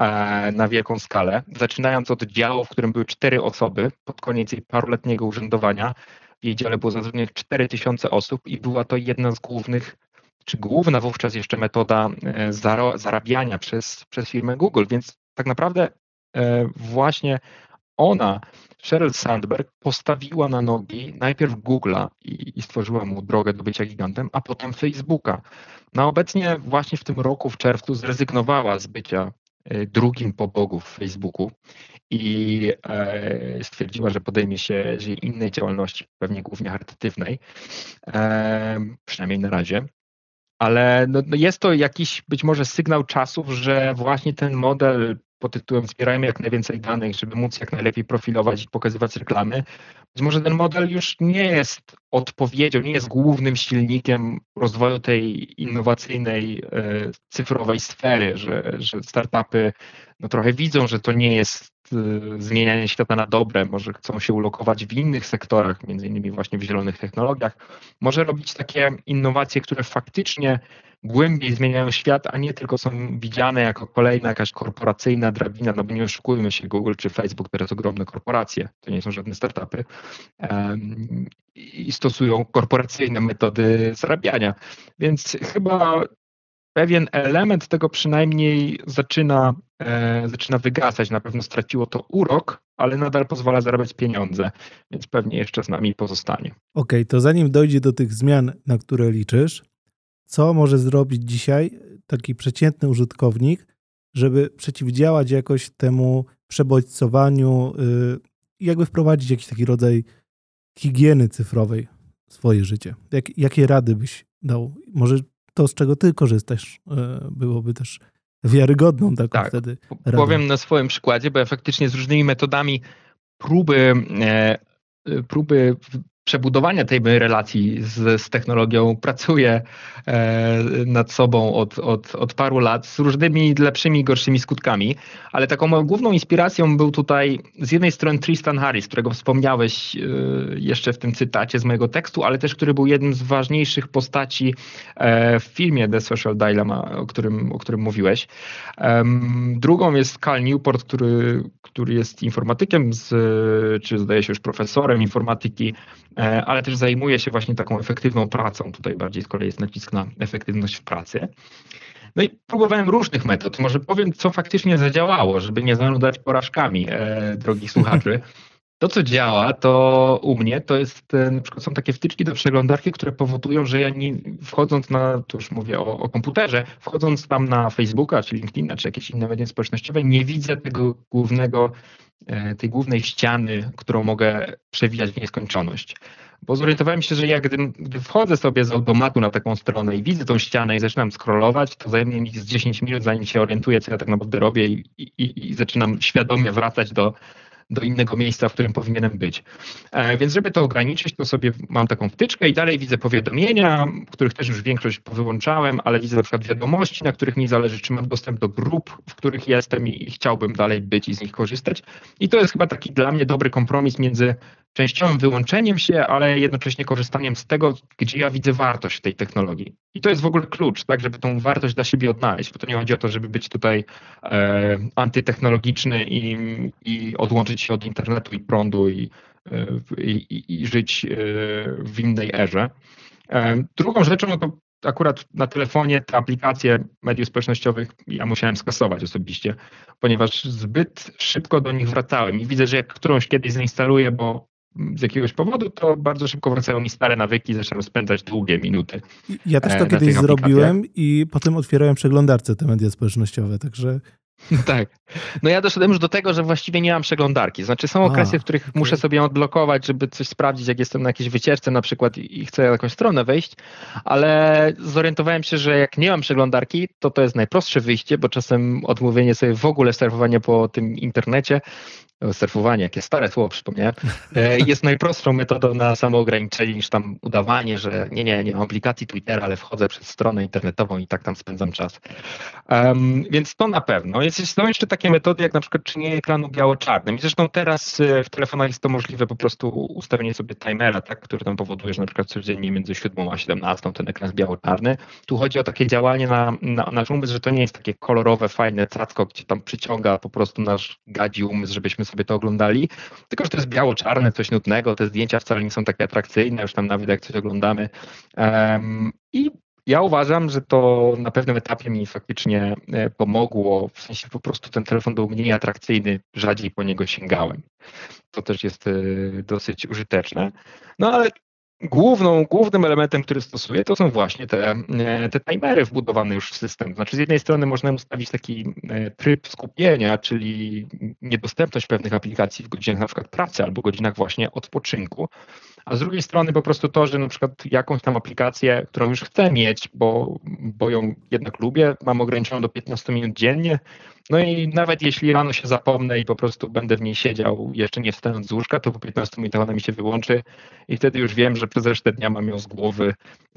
na wielką skalę, zaczynając od działu, w którym były cztery osoby pod koniec jej paruletniego urzędowania. W jej dziale było zatrudnionych cztery tysiące osób i była to jedna z głównych, czy główna wówczas jeszcze metoda zarabiania przez, przez firmę Google, więc tak naprawdę właśnie ona, Sheryl Sandberg, postawiła na nogi najpierw Google'a i, i stworzyła mu drogę do bycia gigantem, a potem Facebooka. No obecnie właśnie w tym roku, w czerwcu, zrezygnowała z bycia drugim po Bogu w Facebooku i e, stwierdziła, że podejmie się innej działalności, pewnie głównie charytatywnej, e, przynajmniej na razie. Ale no, no jest to jakiś być może sygnał czasów, że właśnie ten model pod tytułem zbierajmy jak najwięcej danych, żeby móc jak najlepiej profilować i pokazywać reklamy. Być może ten model już nie jest odpowiedzią, nie jest głównym silnikiem rozwoju tej innowacyjnej, e, cyfrowej sfery, że, że startupy no, trochę widzą, że to nie jest e, zmienianie świata na dobre, może chcą się ulokować w innych sektorach, między innymi właśnie w zielonych technologiach. Może robić takie innowacje, które faktycznie głębiej zmieniają świat, a nie tylko są widziane jako kolejna jakaś korporacyjna drabina, no bo nie oszukujmy się, Google czy Facebook to jest ogromne korporacje, to nie są żadne startupy um, i stosują korporacyjne metody zarabiania, więc chyba pewien element tego przynajmniej zaczyna, e, zaczyna wygasać, na pewno straciło to urok, ale nadal pozwala zarabiać pieniądze, więc pewnie jeszcze z nami pozostanie. Okej, okay, to zanim dojdzie do tych zmian, na które liczysz, co może zrobić dzisiaj taki przeciętny użytkownik, żeby przeciwdziałać jakoś temu przebodźcowaniu i jakby wprowadzić jakiś taki rodzaj higieny cyfrowej w swoje życie? Jak, jakie rady byś dał? Może to, z czego ty korzystasz, byłoby też wiarygodną taką tak, wtedy radą. Powiem na swoim przykładzie, bo ja faktycznie z różnymi metodami próby, próby przebudowania tej relacji z, z technologią pracuję e, nad sobą od, od, od paru lat z różnymi lepszymi i gorszymi skutkami, ale taką moją główną inspiracją był tutaj z jednej strony Tristan Harris, którego wspomniałeś e, jeszcze w tym cytacie z mojego tekstu, ale też który był jednym z ważniejszych postaci e, w filmie The Social Dilemma, o którym, o którym mówiłeś. E, drugą jest Cal Newport, który, który jest informatykiem, z, czy zdaje się już profesorem informatyki, ale też zajmuje się właśnie taką efektywną pracą. Tutaj bardziej z kolei jest nacisk na efektywność w pracy. No i próbowałem różnych metod. Może powiem, co faktycznie zadziałało, żeby nie zanudzać porażkami e, drogich słuchaczy. To, co działa, to u mnie, to jest, na przykład są takie wtyczki do przeglądarki, które powodują, że ja nie, wchodząc na, to już mówię o, o komputerze, wchodząc tam na Facebooka, czy LinkedIna, czy jakieś inne media społecznościowe, nie widzę tego głównego, tej głównej ściany, którą mogę przewijać w nieskończoność. Bo zorientowałem się, że jak gdy, gdy wchodzę sobie z automatu na taką stronę i widzę tą ścianę i zaczynam scrollować, to zajmie mi z dziesięć minut, zanim się orientuję, co ja tak naprawdę robię i, i, i zaczynam świadomie wracać do do innego miejsca, w którym powinienem być. Więc żeby to ograniczyć, to sobie mam taką wtyczkę i dalej widzę powiadomienia, których też już większość powyłączałem, ale widzę na przykład wiadomości, na których mi zależy, czy mam dostęp do grup, w których jestem i chciałbym dalej być i z nich korzystać. I to jest chyba taki dla mnie dobry kompromis między częściowym wyłączeniem się, ale jednocześnie korzystaniem z tego, gdzie ja widzę wartość w tej technologii. I to jest w ogóle klucz, tak, żeby tą wartość dla siebie odnaleźć, bo to nie chodzi o to, żeby być tutaj e, antytechnologiczny i, i odłączyć się od internetu i prądu i, i, i, i żyć w innej erze. E, drugą rzeczą, no to akurat na telefonie te aplikacje mediów społecznościowych ja musiałem skasować osobiście, ponieważ zbyt szybko do nich wracałem i widzę, że jak którąś kiedyś zainstaluję, bo z jakiegoś powodu, to bardzo szybko wracają mi stare nawyki i zaczynam spędzać długie minuty. Ja też to kiedyś zrobiłem i potem otwierałem przeglądarce te media społecznościowe, także... Tak. No ja doszedłem już do tego, że właściwie nie mam przeglądarki. Znaczy są okresy, A, w których okay. muszę sobie odblokować, żeby coś sprawdzić, jak jestem na jakiejś wycieczce na przykład i chcę na jakąś stronę wejść, ale zorientowałem się, że jak nie mam przeglądarki, to to jest najprostsze wyjście, bo czasem odmówienie sobie w ogóle surfowania po tym internecie, surfowanie, jakie stare słowo przypomniałem, jest najprostszą metodą na samoograniczenie niż tam udawanie, że nie, nie, nie mam aplikacji Twittera, ale wchodzę przez stronę internetową i tak tam spędzam czas. Um, więc to na pewno. Jest, są jeszcze takie metody, jak na przykład czynienie ekranu biało-czarnym. I zresztą teraz w telefonach jest to możliwe po prostu ustawienie sobie timera, tak, który tam powoduje, że na przykład codziennie między siódmą a siedemnastą ten ekran jest biało-czarny. Tu chodzi o takie działanie na, na nasz umysł, że to nie jest takie kolorowe, fajne cacko, gdzie tam przyciąga po prostu nasz gadzi umysł, żebyśmy sobie to oglądali, tylko że to jest biało-czarne, coś nudnego, te zdjęcia wcale nie są takie atrakcyjne, już tam nawet jak coś oglądamy. Um, I ja uważam, że to na pewnym etapie mi faktycznie pomogło, w sensie po prostu ten telefon był mniej atrakcyjny, rzadziej po niego sięgałem. To też jest dosyć użyteczne. No ale Główną, głównym elementem, który stosuję, to są właśnie te, te timery wbudowane już w system. Znaczy z jednej strony można ustawić taki tryb skupienia, czyli niedostępność pewnych aplikacji w godzinach na przykład pracy albo godzinach właśnie odpoczynku, a z drugiej strony po prostu to, że na przykład jakąś tam aplikację, którą już chcę mieć, bo, bo ją jednak lubię, mam ograniczoną do piętnastu minut dziennie, no i nawet jeśli rano się zapomnę i po prostu będę w niej siedział, jeszcze nie wstając z łóżka, to po piętnastu minutach ona mi się wyłączy i wtedy już wiem, że przez resztę dnia mam ją z głowy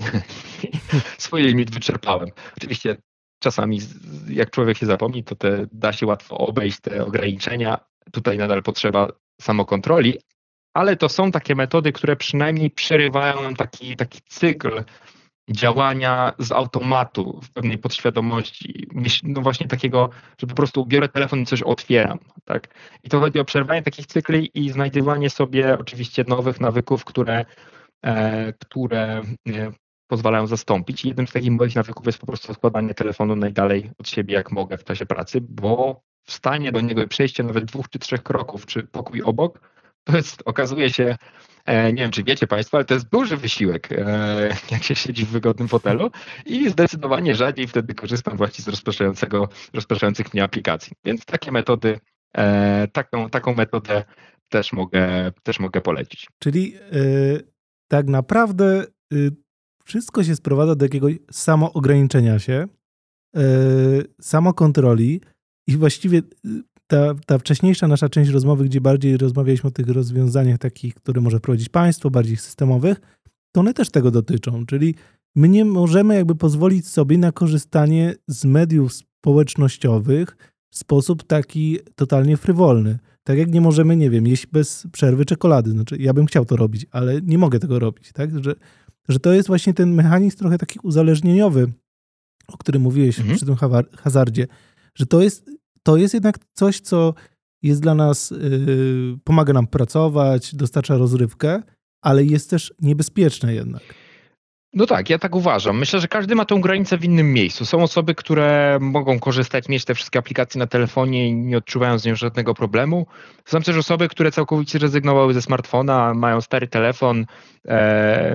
swoje limit wyczerpałem. Oczywiście czasami jak człowiek się zapomni, to te, da się łatwo obejść te ograniczenia. Tutaj nadal potrzeba samokontroli, ale to są takie metody, które przynajmniej przerywają nam taki, taki cykl działania z automatu w pewnej podświadomości. No właśnie takiego, że po prostu biorę telefon i coś otwieram. Tak? I to chodzi o przerwanie takich cykli i znajdywanie sobie oczywiście nowych nawyków, które, e, które e, pozwalają zastąpić. I jednym z takich moich nawyków jest po prostu odkładanie telefonu najdalej od siebie jak mogę w czasie pracy, bo wstanie do niego i przejście nawet dwóch czy trzech kroków, czy pokój obok, to jest, okazuje się, nie wiem, czy wiecie Państwo, ale to jest duży wysiłek, jak się siedzi w wygodnym fotelu i zdecydowanie rzadziej wtedy korzystam właśnie z rozpraszającego, rozpraszających mnie aplikacji. Więc takie metody, taką, taką metodę też mogę, też mogę polecić. Czyli yy, tak naprawdę yy, wszystko się sprowadza do jakiegoś samoograniczenia się, yy, samokontroli i właściwie Ta, ta wcześniejsza nasza część rozmowy, gdzie bardziej rozmawialiśmy o tych rozwiązaniach takich, które może wprowadzić państwo, bardziej systemowych, to one też tego dotyczą. Czyli my nie możemy jakby pozwolić sobie na korzystanie z mediów społecznościowych w sposób taki totalnie frywolny. Tak jak nie możemy, nie wiem, jeść bez przerwy czekolady. Znaczy, ja bym chciał to robić, ale nie mogę tego robić. Tak? Że, że to jest właśnie ten mechanizm trochę taki uzależnieniowy, o którym mówiłeś mhm. przy tym hazardzie, że to jest To jest jednak coś, co jest dla nas, yy, pomaga nam pracować, dostarcza rozrywkę, ale jest też niebezpieczne jednak. No tak, ja tak uważam. Myślę, że każdy ma tą granicę w innym miejscu. Są osoby, które mogą korzystać, mieć te wszystkie aplikacje na telefonie i nie odczuwają z nią żadnego problemu. Są też osoby, które całkowicie zrezygnowały ze smartfona, mają stary telefon e,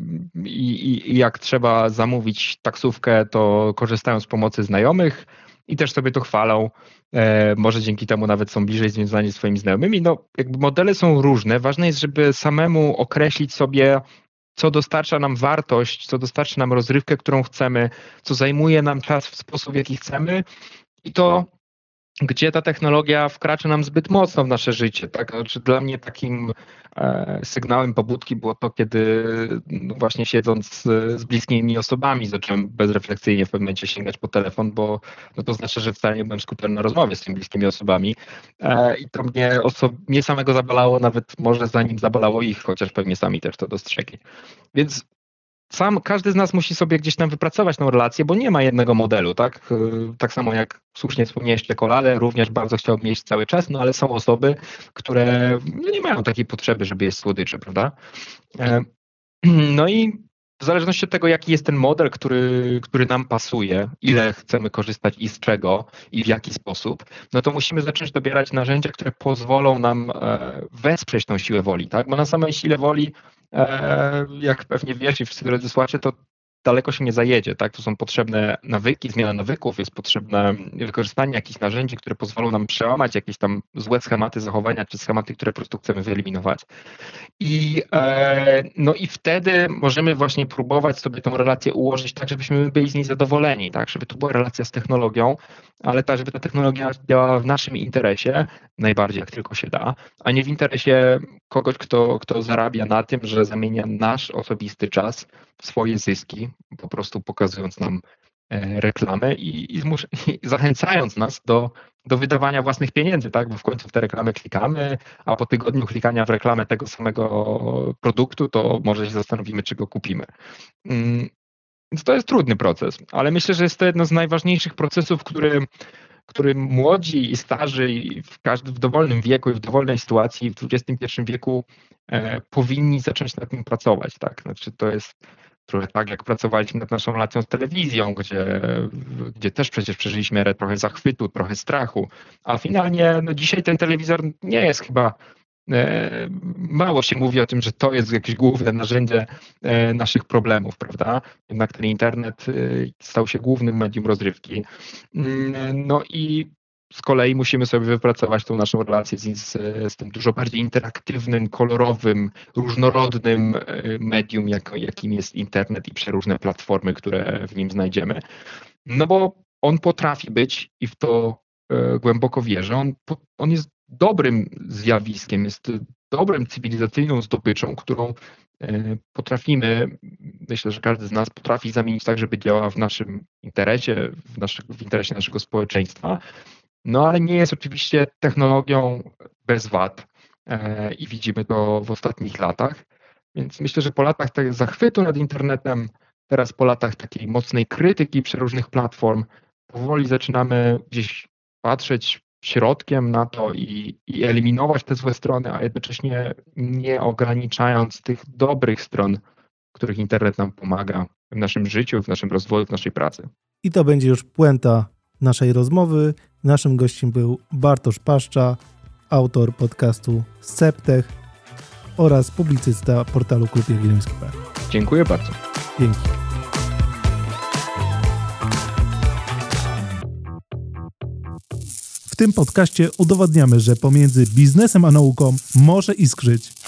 i, i jak trzeba zamówić taksówkę, to korzystają z pomocy znajomych. I też sobie to chwalą, e, może dzięki temu nawet są bliżej związani z swoimi znajomymi. No, jakby modele są różne. Ważne jest, żeby samemu określić sobie, co dostarcza nam wartość, co dostarcza nam rozrywkę, którą chcemy, co zajmuje nam czas w sposób, w jaki chcemy. I to gdzie ta technologia wkracza nam zbyt mocno w nasze życie. Tak? Znaczy, dla mnie takim e, sygnałem pobudki było to, kiedy no właśnie siedząc z, z bliskimi osobami zacząłem bezrefleksyjnie w pewnym momencie sięgać po telefon, bo no to znaczy, że wcale nie byłem skupiony na rozmowie z tymi bliskimi osobami e, i to mnie, oso- mnie samego zabolało, nawet może zanim zabolało ich, chociaż pewnie sami też to dostrzegli. Więc Sam, każdy z nas musi sobie gdzieś tam wypracować tą relację, bo nie ma jednego modelu, tak? Tak samo jak słusznie wspomniałeś czekoladę, również bardzo chciałbym jeść cały czas, no ale są osoby, które no nie mają takiej potrzeby, żeby jeść słodycze, prawda? No i w zależności od tego, jaki jest ten model, który, który nam pasuje, ile chcemy korzystać i z czego i w jaki sposób, no to musimy zacząć dobierać narzędzia, które pozwolą nam wesprzeć tą siłę woli, tak? Bo na samej sile woli, jak pewnie wiesz i wszyscy drodzy słuchacze, to daleko się nie zajedzie, tak? Tu są potrzebne nawyki, zmiana nawyków, jest potrzebne wykorzystanie jakichś narzędzi, które pozwolą nam przełamać jakieś tam złe schematy zachowania, czy schematy, które po prostu chcemy wyeliminować. I, e, no i wtedy możemy właśnie próbować sobie tą relację ułożyć tak, żebyśmy byli z niej zadowoleni, tak? Żeby to była relacja z technologią, ale tak, żeby ta technologia działała w naszym interesie, najbardziej jak tylko się da, a nie w interesie kogoś, kto, kto zarabia na tym, że zamienia nasz osobisty czas w swoje zyski, po prostu pokazując nam reklamy i, i, zmus- i zachęcając nas do, do wydawania własnych pieniędzy, tak? Bo w końcu w te reklamy klikamy, a po tygodniu klikania w reklamę tego samego produktu, to może się zastanowimy, czy go kupimy. Więc to jest trudny proces, ale myślę, że jest to jedno z najważniejszych procesów, który, który młodzi i starzy i w każdym w dowolnym wieku i w dowolnej sytuacji w dwudziestym pierwszym wieku e, powinni zacząć nad tym pracować. Tak? Znaczy to jest trochę tak, jak pracowaliśmy nad naszą relacją z telewizją, gdzie, gdzie też przecież przeżyliśmy erę trochę zachwytu, trochę strachu, a finalnie no dzisiaj ten telewizor nie jest chyba, e, mało się mówi o tym, że to jest jakieś główne narzędzie e, naszych problemów, prawda? Jednak ten internet e, stał się głównym medium rozrywki. No i z kolei musimy sobie wypracować tą naszą relację z, z, z tym dużo bardziej interaktywnym, kolorowym, różnorodnym medium, jak, jakim jest internet i przeróżne platformy, które w nim znajdziemy. No bo on potrafi być, i w to e, głęboko wierzę, on, on jest dobrym zjawiskiem, jest dobrym cywilizacyjną zdobyczą, którą e, potrafimy, myślę, że każdy z nas potrafi zamienić tak, żeby działała w naszym interesie, w, naszy, w interesie naszego społeczeństwa. No ale nie jest oczywiście technologią bez wad e, i widzimy to w ostatnich latach. Więc myślę, że po latach tego zachwytu nad internetem, teraz po latach takiej mocnej krytyki przeróżnych platform, powoli zaczynamy gdzieś patrzeć środkiem na to i, i eliminować te złe strony, a jednocześnie nie ograniczając tych dobrych stron, których internet nam pomaga w naszym życiu, w naszym rozwoju, w naszej pracy. I to będzie już puenta naszej rozmowy. Naszym gościem był Bartosz Paszcza, autor podcastu Sceptech oraz publicysta portalu klub jagielloński kropka p l. Dziękuję bardzo. Dzięki. W tym podcaście udowadniamy, że pomiędzy biznesem a nauką może iskrzyć.